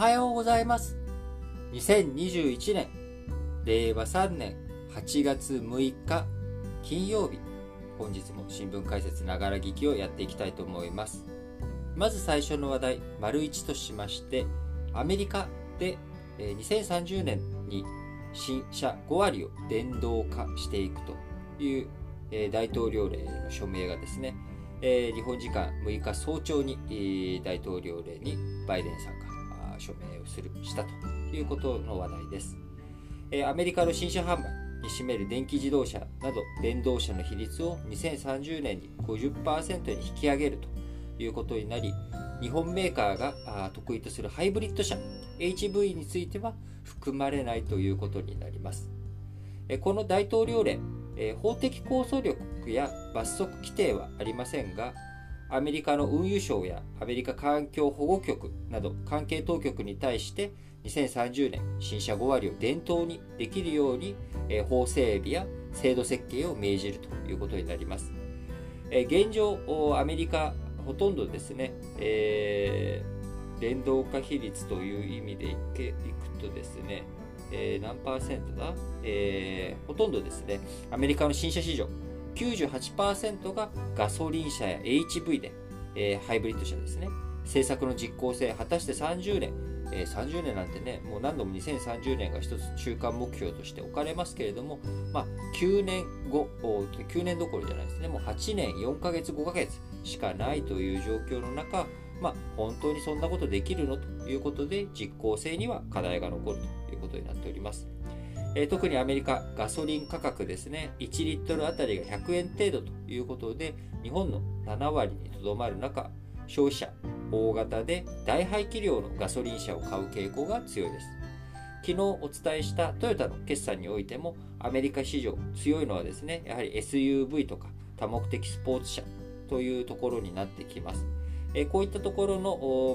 はようございます。2021年令和3年8月6日金曜日、本日も新聞解説ながら聞きをやっていきたいと思います。まず最初の話題、丸1としまして、アメリカで2030年に新車5割を電動化していくという大統領令の署名がですね、日本時間6日早朝に大統領令にバイデンさんが署名をしたということの話題です。アメリカの新車販売に占める電気自動車など電動車の比率を2030年に 50% に引き上げるということになり、日本メーカーが得意とするハイブリッド車 HV については含まれないということになります。この大統領令、法的拘束力や罰則規定はありませんが、アメリカの運輸省やアメリカ環境保護局など関係当局に対して2030年新車5割を電動にできるように法整備や制度設計を命じるということになります。現状アメリカほとんどですね、電動化比率という意味でいくとですね、何パーセントだ、ほとんどですね、アメリカの新車市場 98% がガソリン車や HV で、ハイブリッド車ですね。政策の実効性、果たして30年、30年なんてね、もう何度も2030年が一つ中間目標として置かれますけれども、9年後、9年どころじゃないですね、もう8年4ヶ月5ヶ月しかないという状況の中、本当にそんなことできるのということで、実効性には課題が残るということになっております。特にアメリカ、ガソリン価格ですね、1リットルあたりが100円程度ということで、日本の7割にとどまる中、消費者、大型で大排気量のガソリン車を買う傾向が強いです。昨日お伝えしたトヨタの決算においても、アメリカ市場強いのはですね、やはり SUV とか多目的スポーツ車というところになってきます。こういったところの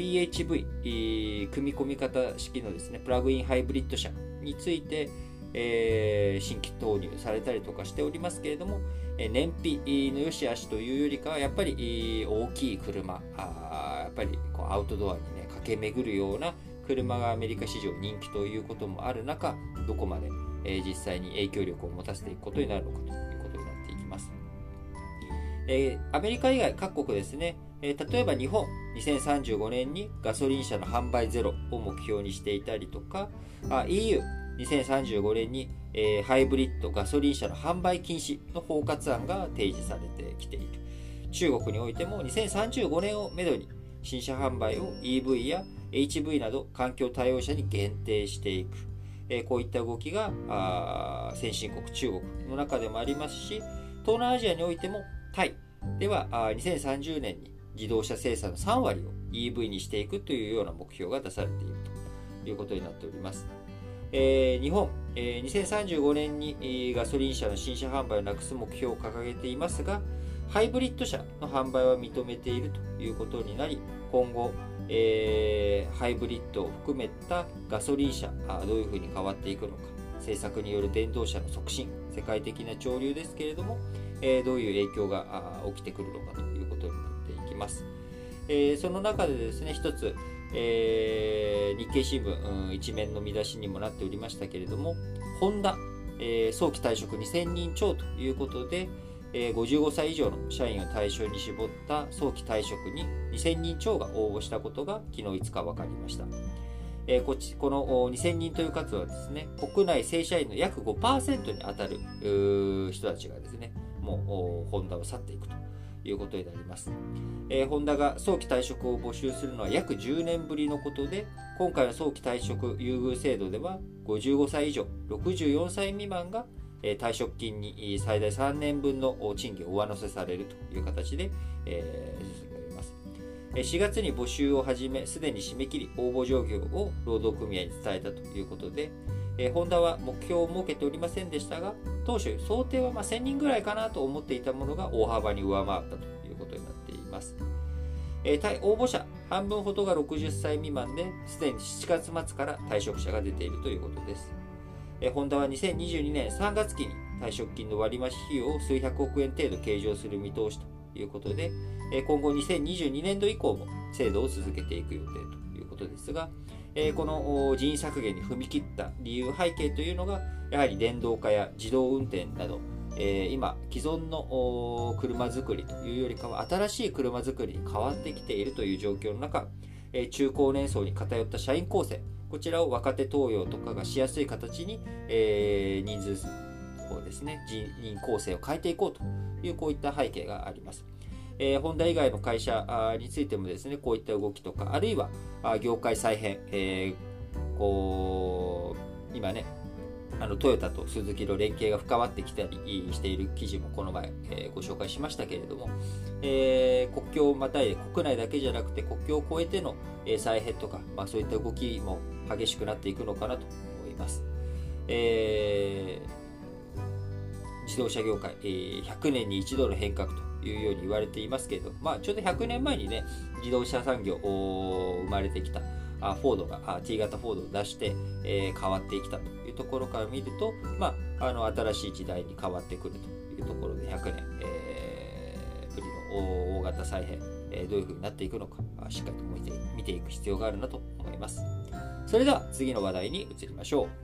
PHV、組み込み方式のですね、プラグインハイブリッド車について、新規投入されたりとかしておりますけれども、燃費の良し悪しというよりかはやっぱり大きい車、やっぱりこうアウトドアにね駆け巡るような車がアメリカ市場人気ということもある中、どこまで実際に影響力を持たせていくことになるのかということになっていきます。アメリカ以外各国ですね、例えば日本2035年にガソリン車の販売ゼロを目標にしていたりとか、EU2035 年に、ハイブリッドガソリン車の販売禁止の包括案が提示されてきている。中国においても2035年をめどに新車販売を EV や HV など環境対応車に限定していく。こういった動きが先進国中国の中でもありますし、東南アジアにおいてもタイでは2030年に自動車生産の3割を EV にしていくというような目標が出されているということになっております。日本、2035年にガソリン車の新車販売をなくす目標を掲げていますが、ハイブリッド車の販売は認めているということになり、今後、ハイブリッドを含めたガソリン車どういうふうに変わっていくのか、政策による電動車の促進、世界的な潮流ですけれども、どういう影響が起きてくるのかということになっていきます。その中でですね、一つ、日経新聞、一面の見出しにもなっておりましたけれども、ホンダ、早期退職2000人超ということで、55歳以上の社員を対象に絞った早期退職に2000人超が応募したことが昨日5日分かりました。この2000人という数はですね、国内正社員の約 5% に当たる人たちがですね、もうホンダを去っていくということになります。ホンダが早期退職を募集するのは約10年ぶりのことで、今回の早期退職優遇制度では55歳以上64歳未満が退職金に最大3年分の賃金を上乗せされるという形で進んでおります。4月に募集を始め、すでに締め切り応募状況を労働組合に伝えたということで、ホンダは目標を設けておりませんでしたが、当初想定は1000人ぐらいかなと思っていたものが大幅に上回ったということになっています。応募者半分ほどが60歳未満で、すでに7月末から退職者が出ているということです。ホンダは2022年3月期に退職金の割増費用を数百億円程度計上する見通しということで、今後2022年度以降も制度を続けていく予定というこことですが、この人員削減に踏み切った理由背景というのが、やはり電動化や自動運転など、今既存の車作りというよりかは新しい車作りに変わってきているという状況の中、中高年層に偏った社員構成、こちらを若手登用とかがしやすい形に、人数をですね、人員構成を変えていこうというこういった背景があります。ホンダ以外の会社についてもですね、こういった動きとか、あるいは業界再編、今ね、トヨタとスズキの連携が深まってきたりしている記事もこの前、ご紹介しましたけれども、国境をまたいで国内だけじゃなくて国境を越えての再編とか、そういった動きも激しくなっていくのかなと思います。自動車業界、100年に一度の変革というように言われていますけれど、ちょうど100年前にね、自動車産業生まれてきたフォードが T 型フォードを出して、変わってきたというところから見ると、新しい時代に変わってくるというところで100年、ぶりの大型再編、どういうふうになっていくのか、しっかりと見ていく必要があるなと思います。それでは次の話題に移りましょう。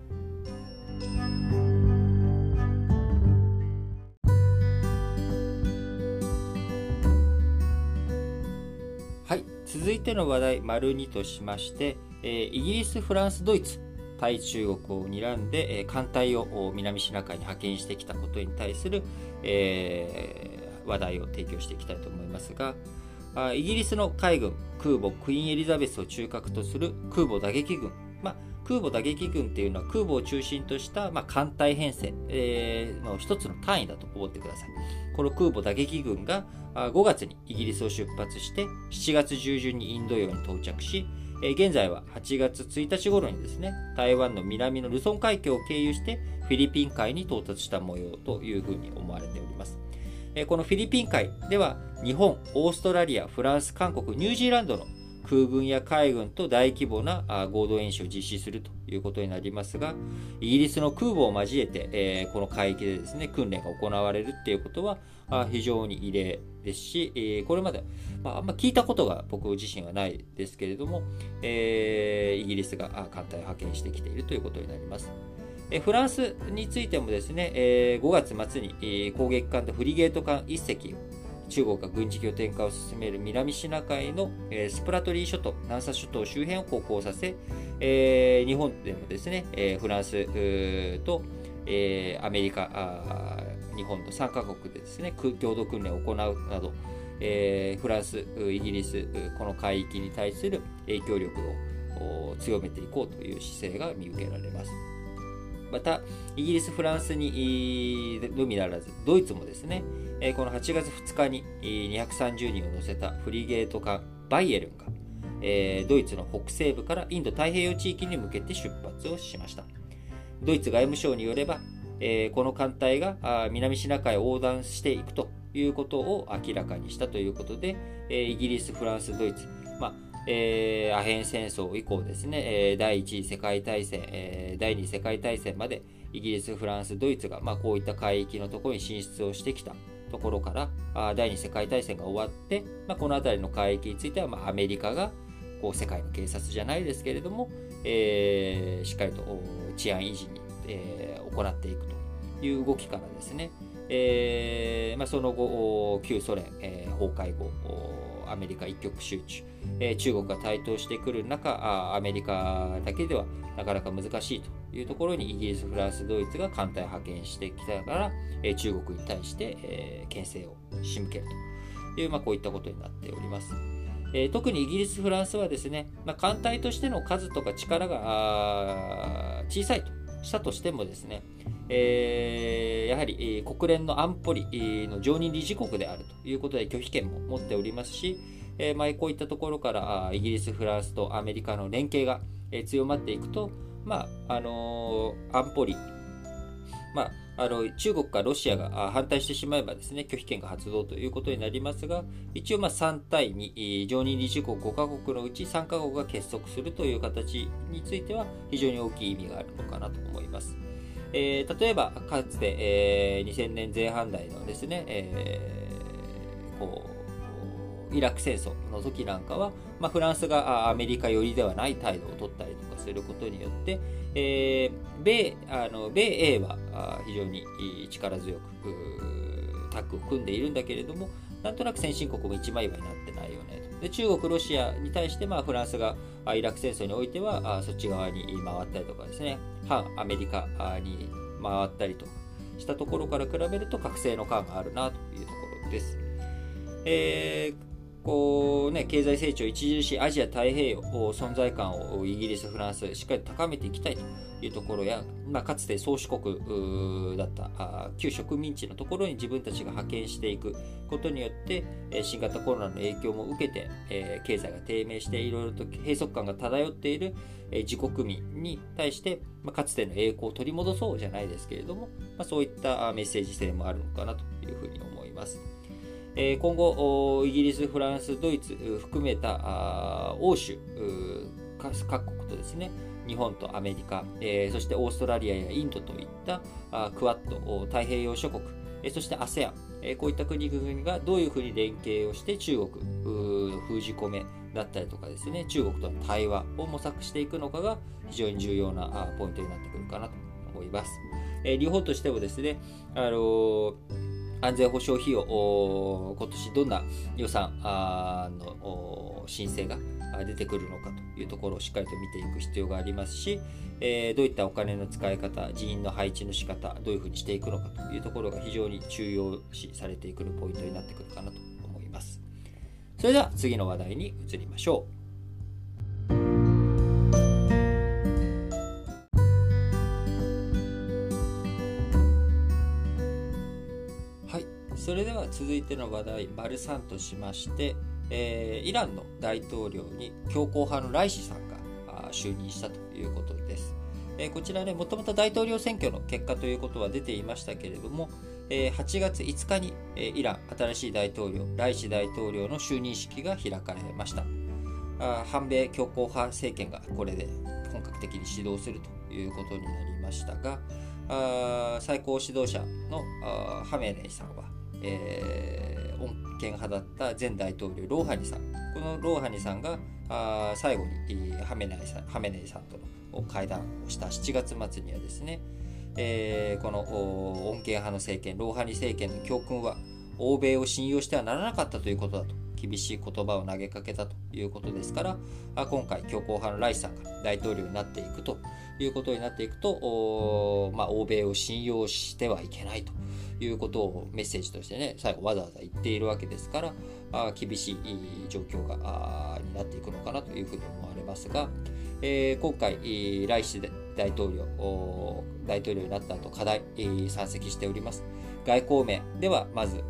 はい、続いての話題、丸2としまして、イギリス、フランス、ドイツ、対中国を睨んで、艦隊を南シナ海に派遣してきたことに対する、話題を提供していきたいと思いますが、イギリスの海軍、空母クイーンエリザベスを中核とする空母打撃群、空母打撃群っていうのは空母を中心とした、艦隊編成、の一つの単位だと思ってください。この空母打撃群が5月にイギリスを出発して7月中旬にインド洋に到着し、現在は8月1日頃にですね、台湾の南のルソン海峡を経由してフィリピン海に到達した模様というふうに思われております。このフィリピン海では日本、オーストラリア、フランス、韓国、ニュージーランドの空軍や海軍と大規模な合同演習を実施するということになりますが、イギリスの空母を交えて、この海域でですね、訓練が行われるっていうことは非常に異例ですし、これまで、あんま聞いたことが僕自身はないですけれども、イギリスが艦隊を派遣してきているということになります。フランスについてもですね、5月末に攻撃艦とフリゲート艦1隻を中国が軍事拠点化を進める南シナ海のスプラトリー諸島、南沙諸島周辺を航行させ、日本でもですね、フランスとアメリカ、日本の3カ国でですね、共同訓練を行うなど、フランス、イギリス、この海域に対する影響力を強めていこうという姿勢が見受けられます。また、イギリス、フランスにのみならず、ドイツもですね、この8月2日に230人を乗せたフリゲート艦バイエルンが、ドイツの北西部からインド太平洋地域に向けて出発をしました。ドイツ外務省によれば、この艦隊が南シナ海を横断していくということを明らかにしたということで、イギリス、フランス、ドイツ、アヘン戦争以降ですね、第一次世界大戦、第二次世界大戦までイギリス、フランス、ドイツが、こういった海域のところに進出をしてきたところから第二次世界大戦が終わって、この辺りの海域については、アメリカがこう世界の警察じゃないですけれども、しっかりと治安維持に、行っていくという動きからですね、その後旧ソ連、崩壊後アメリカ一極集中、中国が台頭してくる中、アメリカだけではなかなか難しいというところにイギリス、フランス、ドイツが艦隊派遣してきたから、中国に対して、牽制を仕向けるという、こういったことになっております。特にイギリス、フランスはですね、艦隊としての数とか力が小さいとしたとしてもですね、やはり国連の安保理の常任理事国であるということで拒否権も持っておりますし、こういったところからイギリス、フランスとアメリカの連携が強まっていくと、安保理、中国かロシアが反対してしまえばですね、拒否権が発動ということになりますが、一応3対2、常任理事国5カ国のうち3カ国が結束するという形については非常に大きい意味があるのかなと思います。例えばかつて、2000年前半代のですね、 イラク戦争の時なんかは、フランスがアメリカ寄りではない態度を取ったりとかすることによって、米英は非常に力強くタッグを組んでいるんだけれども、なんとなく先進国も一枚岩になってないよねと。で、中国、ロシアに対して、フランスがイラク戦争においてはそっち側に回ったりとかですね、反アメリカに回ったりとしたところから比べると覚醒の感があるなというところです。経済成長著しいアジア太平洋存在感をイギリス、フランスしっかり高めていきたいというところや、かつて宗主国だった旧植民地のところに自分たちが派遣していくことによって新型コロナの影響も受けて経済が低迷していろいろと閉塞感が漂っている自国民に対してかつての栄光を取り戻そうじゃないですけれども、そういったメッセージ性もあるのかなというふうに思います。今後、イギリス、フランス、ドイツ含めた欧州各国とですね、日本とアメリカ、そしてオーストラリアやインドといったクワッド、太平洋諸国、そして ASEAN、こういった国々がどういうふうに連携をして中国封じ込めだったりとかですね、中国との対話を模索していくのかが非常に重要なポイントになってくるかなと思います。日本としてもですね、安全保障費用、今年どんな予算の申請が出てくるのかというところをしっかりと見ていく必要がありますし、どういったお金の使い方、人員の配置の仕方、どういうふうにしていくのかというところが非常に重要視されてくるポイントになってくるかなと思います。それでは次の話題に移りましょう。それでは続いての話題、丸3としまして、イランの大統領に強硬派のライシさんが就任したということです。こちらね、もともと大統領選挙の結果ということは出ていましたけれども、8月5日にイラン新しい大統領、ライシ大統領の就任式が開かれました。反米強硬派政権がこれで本格的に始動するということになりましたが、最高指導者のハメネイさんは穏健派だった前大統領ローハニさん、このローハニさんが最後にハメネイさんとの会談をした7月末にはですね、この穏健派の政権、ローハニ政権の教訓は欧米を信用してはならなかったということだと厳しい言葉を投げかけたということですから、今回強硬派のライシさんが大統領になっていくということになっていくと、欧米を信用してはいけないということをメッセージとしてね、最後わざわざ言っているわけですから、厳しい状況になっていくのかなというふうに思われますが、今回ライシ大統領になった後課題、山積しております。外交面ではまず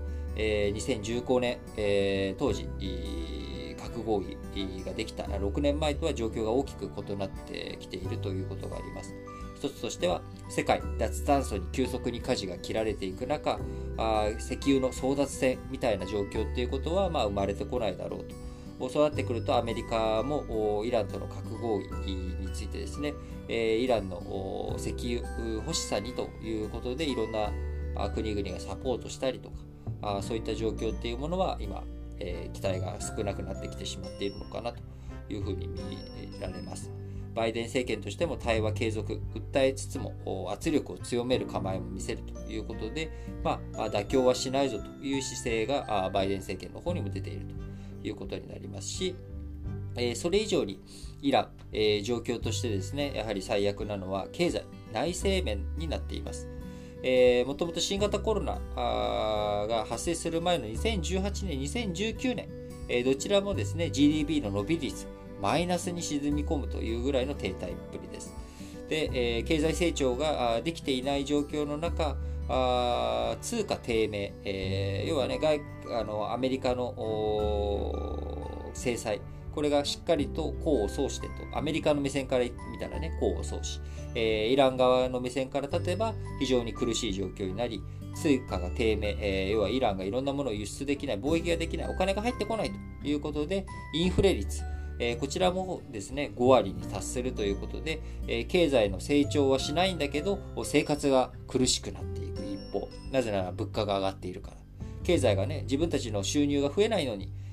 2015年、当時核合意ができた6年前とは状況が大きく異なってきているということがあります。一つとしては、世界脱炭素に急速に舵が切られていく中、石油の争奪戦みたいな状況っていうことは生まれてこないだろうと。そうなってくるとアメリカもイランとの核合意についてですね、イランの石油欲しさにということでいろんな国々がサポートしたりとか、そういった状況っていうものは今、期待が少なくなってきてしまっているのかなというふうに見られます。バイデン政権としても対話継続訴えつつも圧力を強める構えも見せるということで、妥協はしないぞという姿勢がバイデン政権の方にも出ているということになりますし、それ以上にイラン、状況としてですね、やはり最悪なのは経済内政面になっています。もともと新型コロナが発生する前の2018年、2019年、どちらもですね、GDP の伸び率マイナスに沈み込むというぐらいの停滞っぷりです。で、経済成長ができていない状況の中、通貨低迷、要はね、アメリカの制裁、これがしっかりと功を奏してと、アメリカの目線から見たらね、功を奏し、イラン側の目線から立てば非常に苦しい状況になり、通貨が低迷、要はイランがいろんなものを輸出できない、貿易ができない、お金が入ってこないということで、インフレ率、こちらもですね、5割に達するということで、経済の成長はしないんだけど、生活が苦しくなっていく一方、なぜなら物価が上がっているから。経済がね、自分たちの収入が増えないのに、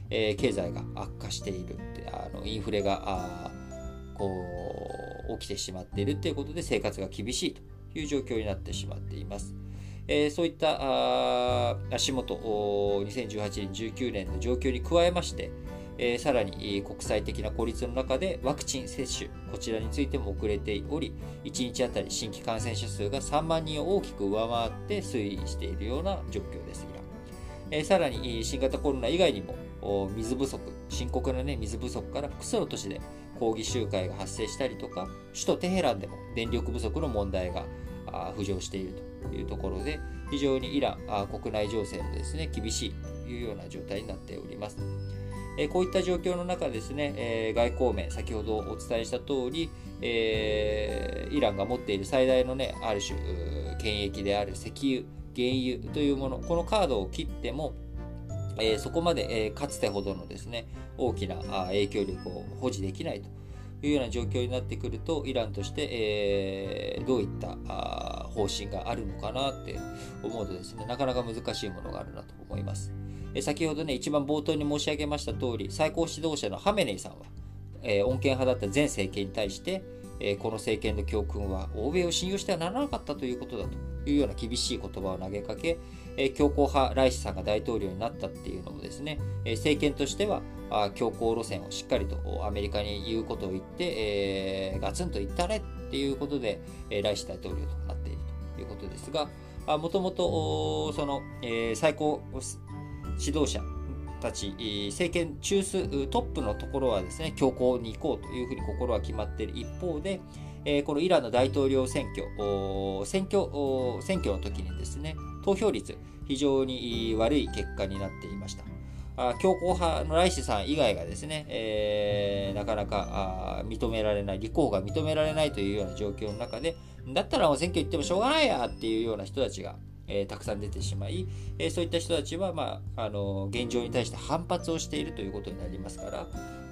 経済が悪化している、インフレが起きてしまっているということで生活が厳しいという状況になってしまっています。そういった足元、2018年、19年の状況に加えまして、さらに国際的な孤立の中でワクチン接種、こちらについても遅れており、1日あたり新規感染者数が3万人を大きく上回って推移しているような状況です。さらに新型コロナ以外にも水不足、深刻な、水不足から複数の都市で抗議集会が発生したりとか、首都テヘランでも電力不足の問題が浮上しているというところで、非常にイラン国内情勢もですね、厳しいというような状態になっております。こういった状況の中ですね、外交面、先ほどお伝えした通り、イランが持っている最大のある種、権益である石油、原油というもの、このカードを切っても、そこまで、かつてほどのですね、大きな影響力を保持できないというような状況になってくると、イランとして、どういった方針があるのかなって思うとですね、なかなか難しいものがあるなと思います。先ほど一番冒頭に申し上げました通り、最高指導者のハメネイさんは、穏健派だった前政権に対して、この政権の教訓は欧米を信用してはならなかったということだというような厳しい言葉を投げかけ、強硬派ライシさんが大統領になったっていうのもですね、政権としては強硬路線をしっかりとアメリカに言うことを言って、ガツンと言ったねっていうことで、ライシ大統領となっているということですが、もともとその、最高指導者たち、政権中枢トップのところはですね、強硬に行こうというふうに心は決まっている一方で、このイランの大統領選挙の時にですね、投票率非常に悪い結果になっていました。強硬派のライシさん以外がですね、なかなか認められない、立候補が認められないというような状況の中で、だったらもう選挙行ってもしょうがないやっていうような人たちがたくさん出てしまい、そういった人たちは、現状に対して反発をしているということになりますから、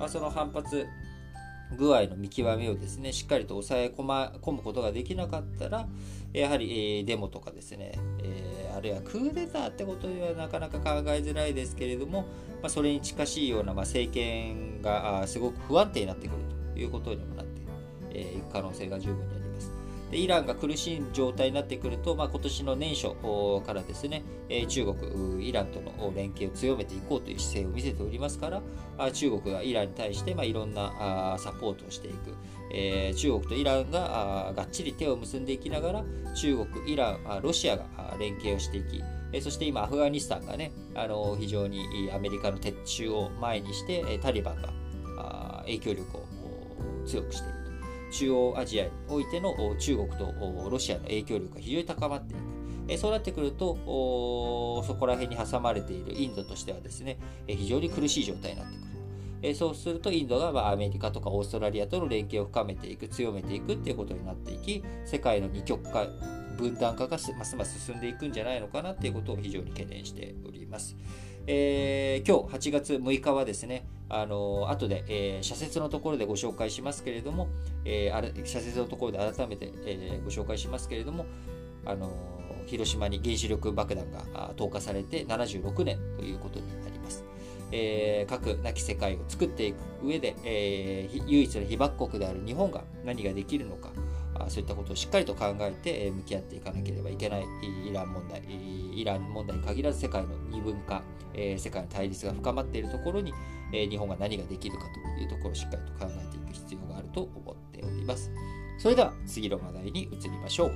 その反発具合の見極めをですね、しっかりと抑え込むことができなかったら、やはりデモとかですね、あるいはクーデターってことではなかなか考えづらいですけれども、それに近しいような政権がすごく不安定になってくるということにもなっていく可能性が十分にあります。でイランが苦しい状態になってくると、今年の年初からですね、中国、イランとの連携を強めていこうという姿勢を見せておりますから、中国がイランに対していろんなサポートをしていく、中国とイランががっちり手を結んでいきながら、中国、イラン、ロシアが連携をしていき、そして今アフガニスタンがね、非常にアメリカの撤収を前にしてタリバンが影響力を強くしている。中央アジアにおいての中国とロシアの影響力が非常に高まっていく。そうなってくると、そこら辺に挟まれているインドとしてはですね、非常に苦しい状態になってくる。そうするとインドがアメリカとかオーストラリアとの連携を深めていく、強めていくっていうことになっていき、世界の二極化、分断化がますます進んでいくんじゃないのかなっていうことを非常に懸念しております。今日8月6日はですね、後で、社説のところでご紹介しますけれども、社説のところで改めて、ご紹介しますけれども、広島に原子力爆弾が投下されて76年ということになります。核なき世界を作っていく上で、唯一の被爆国である日本が何ができるのか、そういったことをしっかりと考えて向き合っていかなければいけないイラン問題に限らず世界の二分化、世界の対立が深まっているところに、日本が何ができるかというところをしっかりと考えていく必要があると思っております。それでは次の話題に移りましょう。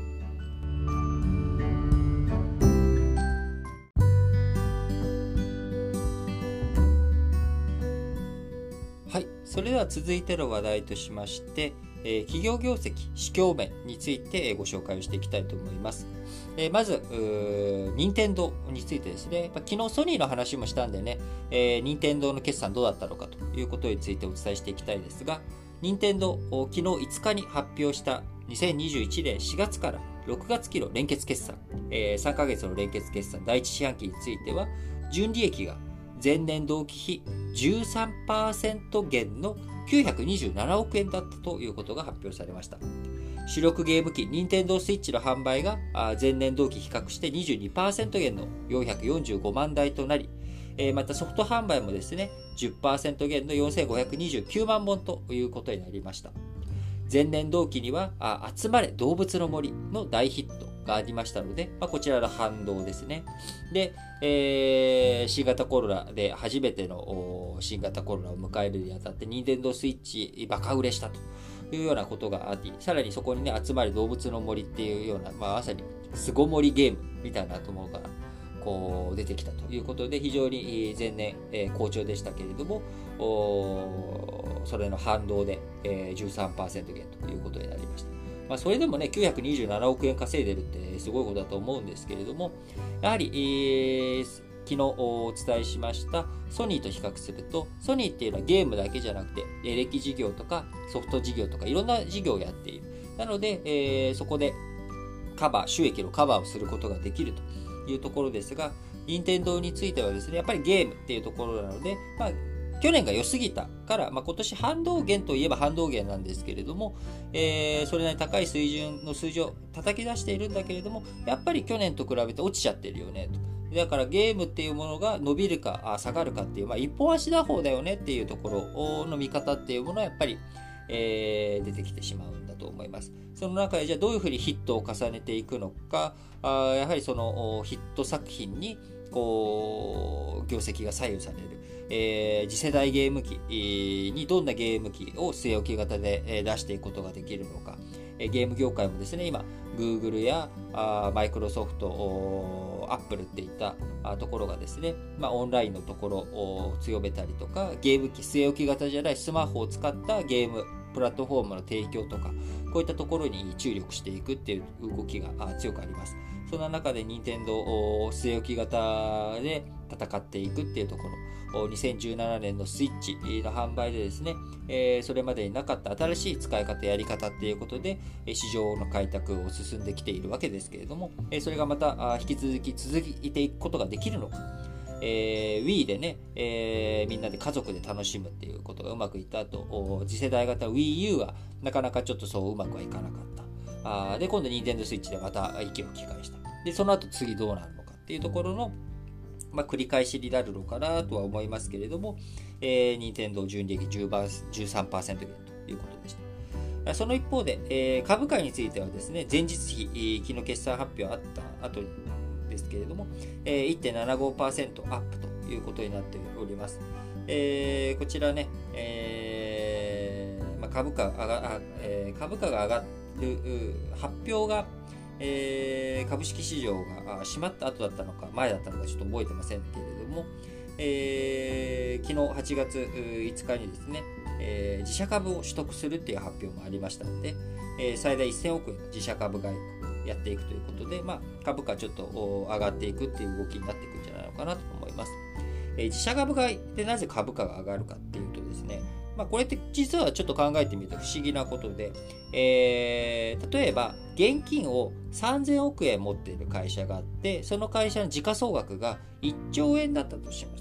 はい、それでは続いての話題としまして、企業業績、市況面についてご紹介をしていきたいと思います。まず、任天堂についてですね、昨日ソニーの話もしたんでね、任天堂の決算どうだったのかということについてお伝えしていきたいですが、任天堂、昨日5日に発表した2021年4月から6月期の連結決算、3ヶ月の連結決算第1四半期については、純利益が前年同期比 13% 減の927億円だったということが発表されました。主力ゲーム機、任天堂スイッチの販売が前年同期比較して 22% 減の445万台となり、 またソフト販売もですね、10% 減の4529万本ということになりました。前年同期には集まれ動物の森の大ヒットがありましたので、こちらの反動ですね。で、新型コロナで初めての新型コロナを迎えるにあたって、任天堂スイッチバカ売れしたというようなことがあり、さらにそこにね、集まれ動物の森っていうような、まさに巣ごもりゲームみたいなものがこう出てきたということで、非常に前年好調でしたけれども、それの反動で 13% 減ということになりました。それでもね、927億円稼いでるってすごいことだと思うんですけれども、やはり、昨日お伝えしましたソニーと比較すると、ソニーっていうのはゲームだけじゃなくて、エレキ事業とかソフト事業とかいろんな事業をやっている。なので、そこで収益のカバーをすることができるというところですが、任天堂についてはですね、やっぱりゲームっていうところなので、去年が良すぎたから、今年反動減といえば反動減なんですけれども、それなりに高い水準の数字を叩き出しているんだけれども、やっぱり去年と比べて落ちちゃってるよねと。だからゲームっていうものが伸びるか下がるかっていう、一本足打法だよねっていうところの見方っていうものはやっぱり、出てきてしまうんだと思います。その中でじゃあどういうふうにヒットを重ねていくのか、やはりそのヒット作品にこう業績が左右される、次世代ゲーム機にどんなゲーム機を据え置き型で出していくことができるのか、ゲーム業界もですね、今 Google やマイクロソフト、Apple っていったところがですね、オンラインのところを強めたりとか、ゲーム機据え置き型じゃないスマホを使ったゲームプラットフォームの提供とか、こういったところに注力していくっていう動きが強くあります。そんな中で任天堂据え置き型で戦っていくっていうところ、2017年のスイッチの販売でですね、それまでになかった新しい使い方やり方っていうことで市場の開拓を進んできているわけですけれども、それがまた引き続き続いていくことができるのか。Wii でね、みんなで家族で楽しむっていうことがうまくいった後、次世代型 Wii U はなかなかちょっとそううまくはいかなかった。で、今度 Nintendo Switch でまた息を吹き返した。で、その後次どうなるのかっていうところの、繰り返しになるのかなとは思いますけれども、任天堂純利益 13% 減ということでした。その一方で、株価についてはですね、前日比、昨日決算発表あった後ですけれども、1.75% アップということになっております。こちらね、株価が上がる発表が、株式市場が閉まった後だったのか前だったのかちょっと覚えてませんけれども、昨日8月5日にですね、自社株を取得するっていう発表もありましたので、最大1000億円の自社株買いやっていくということで、株価ちょっと上がっていくっていう動きになっていくんじゃないのかなと思います。自社株買いでなぜ株価が上がるかっていうとですね、これって実はちょっと考えてみると不思議なことで、例えば現金を3000億円持っている会社があって、その会社の時価総額が1兆円だったとします。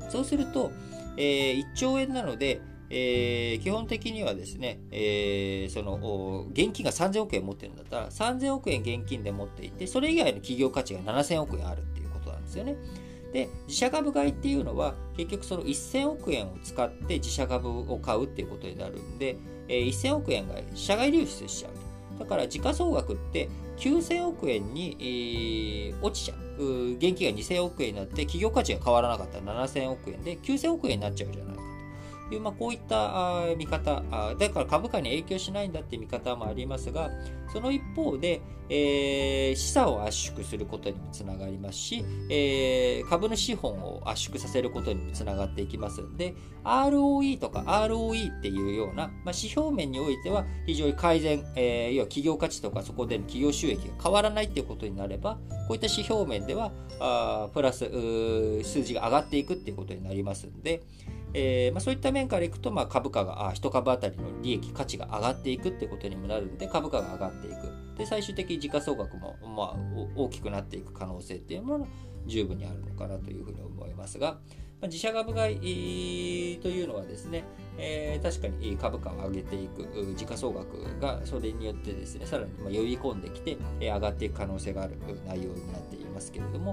そうすると、1兆円なので、基本的にはですね、その現金が3000億円持ってるんだったら3000億円現金で持っていて、それ以外の企業価値が7000億円あるっていうことなんですよね。で、自社株買いっていうのは結局その1000億円を使って自社株を買うっていうことになるんで、1000億円が社外流出しちゃうと。だから時価総額って9000億円に、落ちちゃう。現金が2000億円になって企業価値が変わらなかったら7000億円で9000億円になっちゃうじゃないかという、こういった見方、だから株価に影響しないんだっていう見方もありますが、その一方で、資産を圧縮することにもつながりますし、株の資本を圧縮させることにもつながっていきますので、ROE とか ROE っていうような、指標面においては非常に改善、要は企業価値とかそこでの企業収益が変わらないっていうことになれば、こういった指標面ではプラス数字が上がっていくっていうことになりますので、そういった面からいくと、株価が1株当たりの利益価値が上がっていくってことにもなるので、株価が上がっていく。で、最終的に時価総額も、大きくなっていく可能性っていうものは十分にあるのかなというふうに思いますが、自社株買いというのはですね、確かに株価を上げていく時価総額がそれによってですね、さらに呼び込んできて上がっていく可能性がある内容になっていますけれども、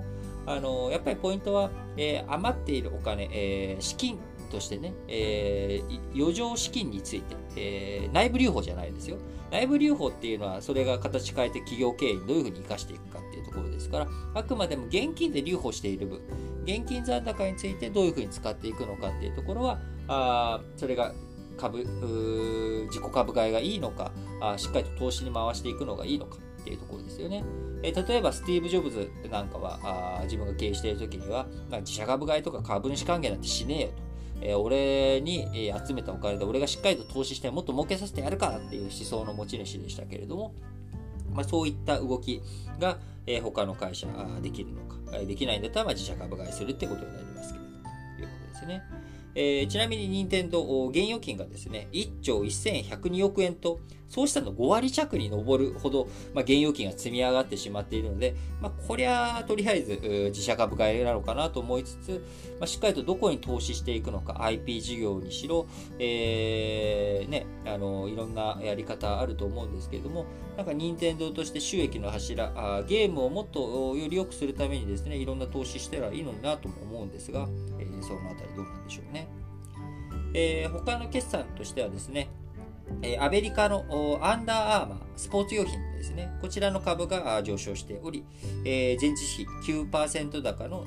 やっぱりポイントは、余っているお金、資金としてね、余剰資金について、内部留保じゃないですよ。内部留保っていうのは、それが形変えて企業経営にどういうふうに生かしていくかっていうところですから、あくまでも現金で留保している分、現金残高についてどういうふうに使っていくのかっていうところは、それが自己株買いがいいのか、しっかりと投資に回していくのがいいのかっていうところですよね。例えばスティーブ・ジョブズなんかは自分が経営している時には、自社株買いとか株主還元なんてしねえよと、俺に集めたお金で俺がしっかりと投資してもっと儲けさせてやるからっていう思想の持ち主でしたけれども、そういった動きが他の会社できるのか、できないんだったら自社株買いするってことになりますけれども、ということですね。ちなみに任天堂現預金がですね、1兆1102億円と、総資産の5割弱に上るほど、現預金が積み上がってしまっているので、こりゃとりあえず自社株買いなのかなと思いつつ、しっかりとどこに投資していくのか、IP 事業にしろ、いろんなやり方あると思うんですけれども、任天堂として収益の柱、ゲームをもっとより良くするためにですね、いろんな投資したらいいのになとも思うんですが、そのあたりどうなんでしょうね。他の決算としてはですね、アメリカのアンダーアーマースポーツ用品ですね、こちらの株が上昇しており、前日比 9% 高の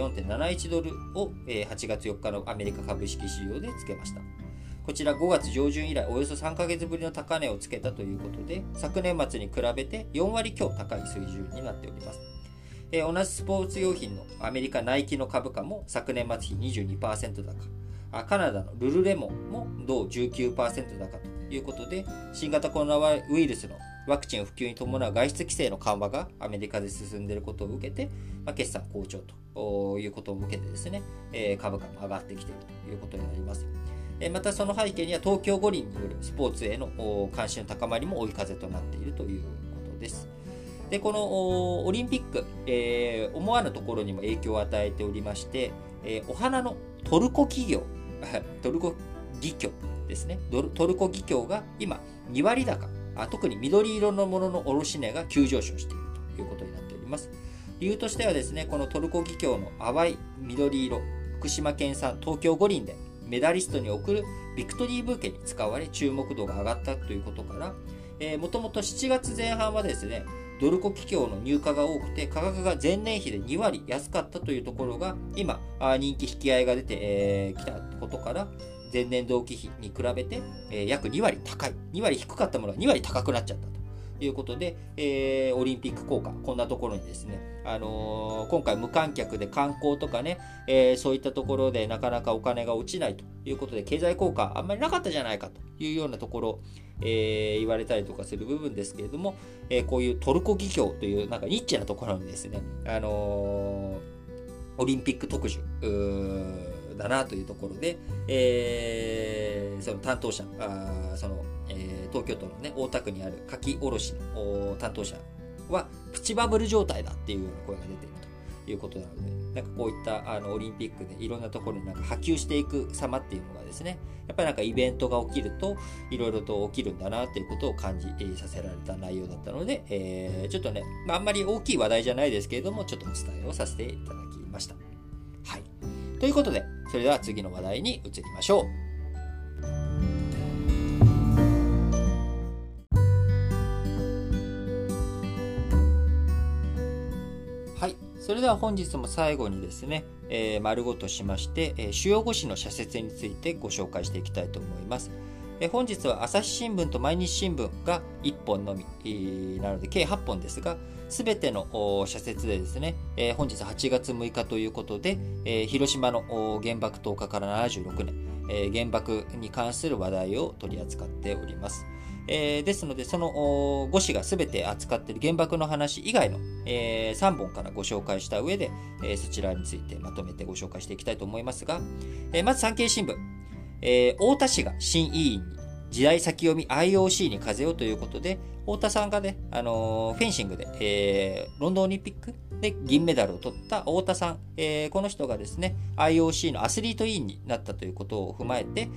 24.71 ドルを8月4日のアメリカ株式市場でつけました。こちら5月上旬以来およそ3ヶ月ぶりの高値をつけたということで、昨年末に比べて4割強高い水準になっております。同じスポーツ用品のアメリカナイキの株価も昨年末比 22% 高、カナダのルルレモンも同 19% 高ということで、新型コロナウイルスのワクチン普及に伴う外出規制の緩和がアメリカで進んでいることを受けて、決算好調ということを受けてですね、株価も上がってきているということになります。またその背景には東京五輪によるスポーツへの関心の高まりも追い風となっているということです。で、このオリンピック、思わぬところにも影響を与えておりまして、お花のトルコ企業、トルコギキョですね。トルコギキョが今2割高、特に緑色のものの卸値が急上昇しているということになっております。理由としてはですね、このトルコギキョの淡い緑色、福島県産東京五輪でメダリストに贈るビクトリーブーケに使われ注目度が上がったということから、もともと7月前半はですね、トルコ企業の入荷が多くて価格が前年比で2割安かったというところが今人気引き合いが出てきたことから前年同期比に比べて約2割高い、2割低かったものが2割高くなっちゃったということで、オリンピック効果、こんなところにですね、今回無観客で観光とかね、そういったところでなかなかお金が落ちないということで経済効果あんまりなかったじゃないかというようなところ、言われたりとかする部分ですけれども、こういうトルコ技協というなんかニッチなところにですね、オリンピック特需だなというところで、その担当者、東京都のね、大田区にある牡蠣卸の担当者はプチバブル状態だっていうような声が出ているということなので、こういったオリンピックでいろんなところに波及していく様っていうのがですね、やっぱりイベントが起きるといろいろと起きるんだなということを感じさせられた内容だったので、ちょっとね、あんまり大きい話題じゃないですけれども、ちょっとお伝えをさせていただきました。はい。ということで、それでは次の話題に移りましょう。はい。それでは本日も最後にですね、丸ごとしまして、主要5紙の社説についてご紹介していきたいと思います。本日は朝日新聞と毎日新聞が1本のみ、なので計8本ですが、すべての社説でですね、本日8月6日ということで、広島の原爆投下から76年、原爆に関する話題を取り扱っております。ですので、その5紙がすべて扱っている原爆の話以外の、3本からご紹介した上で、そちらについてまとめてご紹介していきたいと思いますが、まず産経新聞、太田氏が新委員に時代先読み IOC に風をということで、太田さんがね、フェンシングで、ロンドンオリンピックで銀メダルを取った太田さん、この人がですね、IOC のアスリート委員になったということを踏まえて、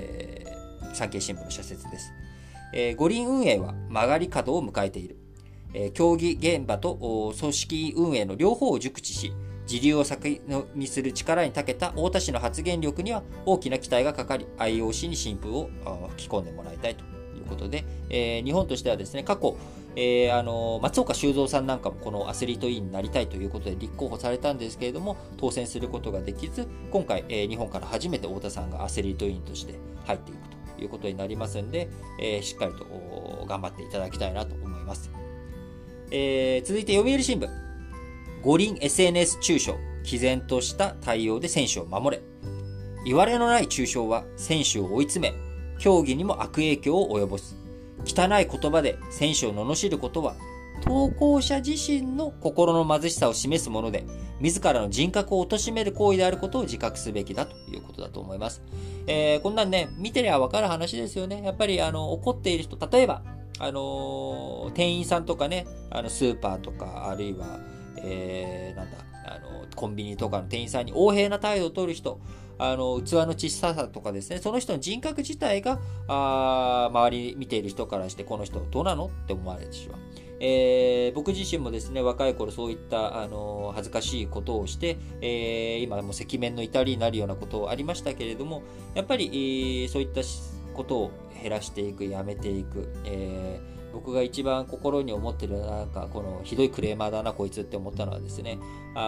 産経新聞の社説です。五輪運営は曲がり角を迎えている。 競技現場と組織運営の両方を熟知し、時流を先読みする力に長けた太田氏の発言力には大きな期待がかかり、IOC に新風を吹き込んでもらいたいということで、日本としてはですね、過去、松岡修造さんなんかもこのアスリート委員になりたいということで立候補されたんですけれども、当選することができず、今回、日本から初めて太田さんがアスリート委員として入っていくということになりますので、しっかりと頑張っていただきたいなと思います。続いて読売新聞。五輪 SNS 中傷、毅然とした対応で選手を守れ。いわれのない中傷は選手を追い詰め、競技にも悪影響を及ぼす。汚い言葉で選手を罵ることは、投稿者自身の心の貧しさを示すもので、自らの人格を貶める行為であることを自覚すべきだということだと思います。こんなんね、見てりゃわかる話ですよね。やっぱり怒っている人、例えば、店員さんとかね、スーパーとか、あるいは、コンビニとかの店員さんに横柄な態度を取る人、器の小ささとかですね、その人の人格自体が、周り見ている人からして、この人どうなのって思われてしまう。僕自身もですね、若い頃そういった、恥ずかしいことをして、今もう赤面の至りになるようなことありましたけれども、やっぱり、そういったことを減らしていく、やめていく、僕が一番心に思ってるなんかこのひどいクレーマーだなこいつって思ったのはですね、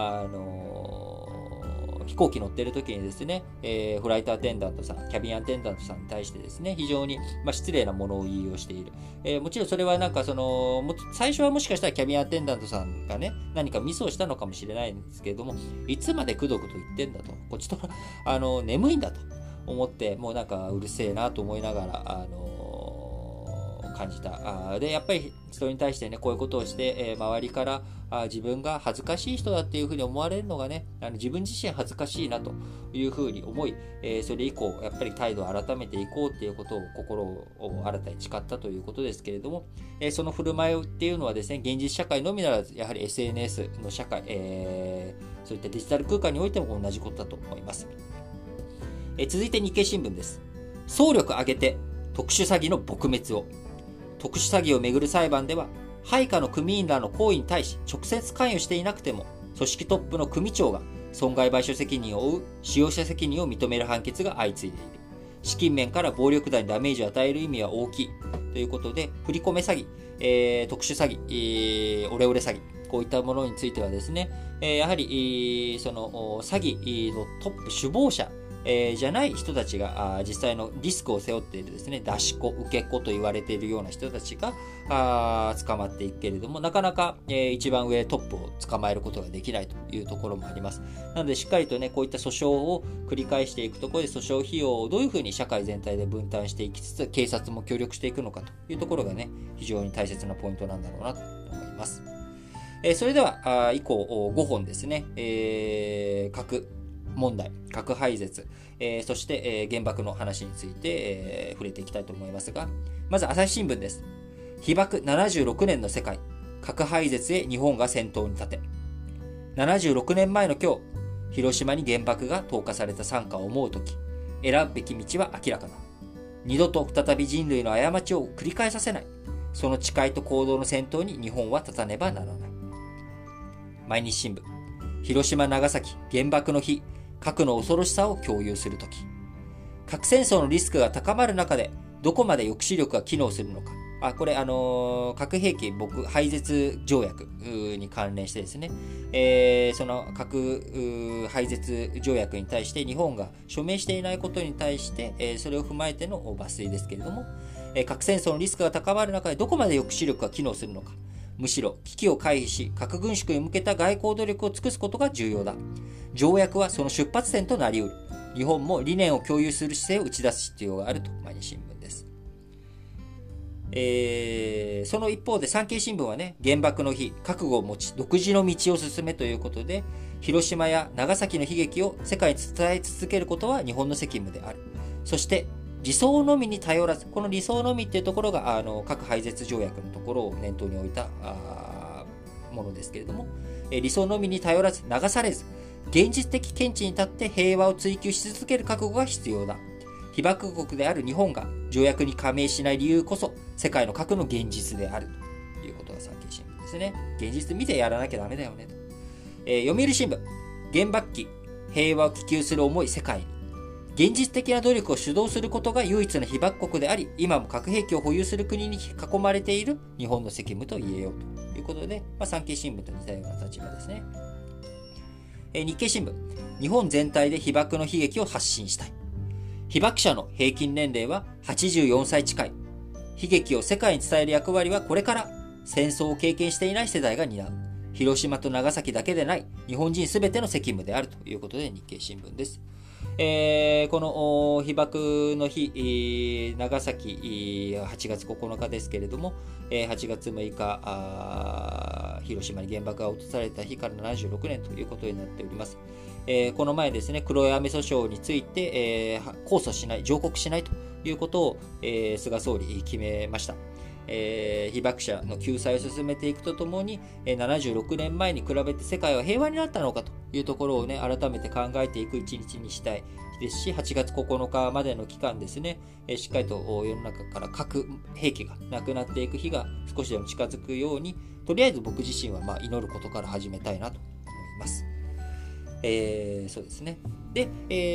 飛行機乗ってる時にですね、フライトアテンダントさん、キャビンアテンダントさんに対してですね、非常に、失礼な物言いをしている。もちろんそれはなんか最初はもしかしたらキャビンアテンダントさんがね、何かミスをしたのかもしれないんですけれども、いつまでくどくど言ってんだと、こっちと眠いんだと思って、もうなんかうるせえなと思いながら、感じた。で、やっぱり人に対してね、こういうことをして、周りから自分が恥ずかしい人だっていうふうに思われるのがね、自分自身恥ずかしいなというふうに思い、それ以降、やっぱり態度を改めていこうっていうことを心を新たに誓ったということですけれども、その振る舞いっていうのはですね、現実社会のみならず、やはり SNS の社会、そういったデジタル空間においても同じことだと思います。続いて日経新聞です。総力挙げて特殊詐欺の撲滅を。特殊詐欺をめぐる裁判では、配下の組員らの行為に対し直接関与していなくても、組織トップの組長が損害賠償責任を負う使用者責任を認める判決が相次いでいる。資金面から暴力団にダメージを与える意味は大きい。ということで、振り込め詐欺、特殊詐欺、オレオレ詐欺、こういったものについてはですね、やはり、その詐欺のトップ首謀者、じゃない人たちが実際のリスクを背負っているですね、出し子、受け子と言われているような人たちが捕まっていくけれども、なかなか、一番上トップを捕まえることができないというところもあります。なのでしっかりとね、こういった訴訟を繰り返していくところで、訴訟費用をどういうふうに社会全体で分担していきつつ、警察も協力していくのかというところがね、非常に大切なポイントなんだろうなと思います。それでは以降5本ですね、核問題、核廃絶、そして、原爆の話について、触れていきたいと思いますが、まず朝日新聞です。被爆76年の世界、核廃絶へ日本が先頭に立て。76年前の今日、広島に原爆が投下された惨禍を思うとき、選ぶべき道は明らかだ。二度と再び人類の過ちを繰り返させない。その誓いと行動の先頭に日本は立たねばならない。毎日新聞。広島、長崎、原爆の日、核の恐ろしさを共有するとき。核戦争のリスクが高まる中で、どこまで抑止力が機能するのか。これ、核兵器廃絶条約に関連してですね、その核廃絶条約に対して日本が署名していないことに対して、それを踏まえての抜粋ですけれども、核戦争のリスクが高まる中でどこまで抑止力が機能するのか。むしろ危機を回避し、核軍縮に向けた外交努力を尽くすことが重要だ。条約はその出発点となり得る。日本も理念を共有する姿勢を打ち出す必要があると毎日新聞です。その一方で産経新聞はね、原爆の日、覚悟を持ち独自の道を進めということで、広島や長崎の悲劇を世界に伝え続けることは日本の責務である。そして理想のみに頼らず、この理想のみっていうところが核廃絶条約のところを念頭に置いたものですけれども、理想のみに頼らず流されず、現実的見地に立って平和を追求し続ける覚悟が必要だ。被爆国である日本が条約に加盟しない理由こそ世界の核の現実であるということが産経新聞ですね。現実見てやらなきゃダメだよねと。読売新聞、原爆機、平和を希求する思い世界に。現実的な努力を主導することが唯一の被爆国であり、今も核兵器を保有する国に囲まれている日本の責務と言えようということで、産経新聞と似たような立場ですね。日経新聞、日本全体で被爆の悲劇を発信したい。被爆者の平均年齢は84歳近い。悲劇を世界に伝える役割はこれから戦争を経験していない世代が担う。広島と長崎だけでない日本人すべての責務であるということで日経新聞です。この被爆の日、長崎8月9日ですけれども、8月6日、広島に原爆が落とされた日から76年ということになっております。この前ですね、黒雨訴訟について、控訴しない、上告しないということを、菅総理決めました。被爆者の救済を進めていくとともに、76年前に比べて世界は平和になったのかというところをね、改めて考えていく一日にしたいですし、8月9日までの期間ですね、しっかりと世の中から核兵器がなくなっていく日が少しでも近づくように、とりあえず僕自身は祈ることから始めたいなと思います。そうですね。で、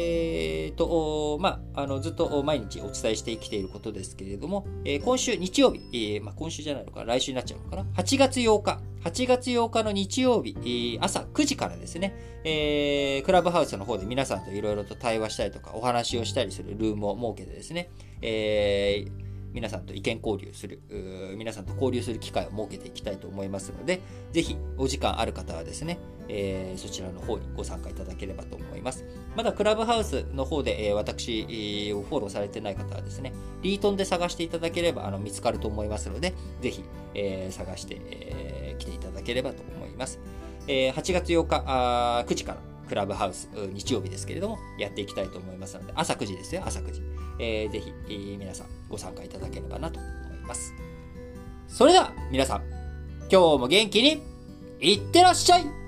ずっと毎日お伝えしてきていることですけれども、今週日曜日、今週じゃないのかな、来週になっちゃうのかな、8月8日の日曜日、朝9時からですね、クラブハウスの方で皆さんといろいろと対話したりとか、お話をしたりするルームを設けてですね、皆さんと意見交流する、皆さんと交流する機会を設けていきたいと思いますので、ぜひお時間ある方はですね、そちらの方にご参加いただければと思います。まだクラブハウスの方で、私をフォローされてない方はですね、リートンで探していただければ見つかると思いますので、ぜひ、探して、来ていただければと思います。8月8日9時からクラブハウス、日曜日ですけれども、やっていきたいと思いますので、朝9時ですよ、朝9時。ぜひ、皆さんご参加いただければなと思います。それでは、皆さん、今日も元気にいってらっしゃい。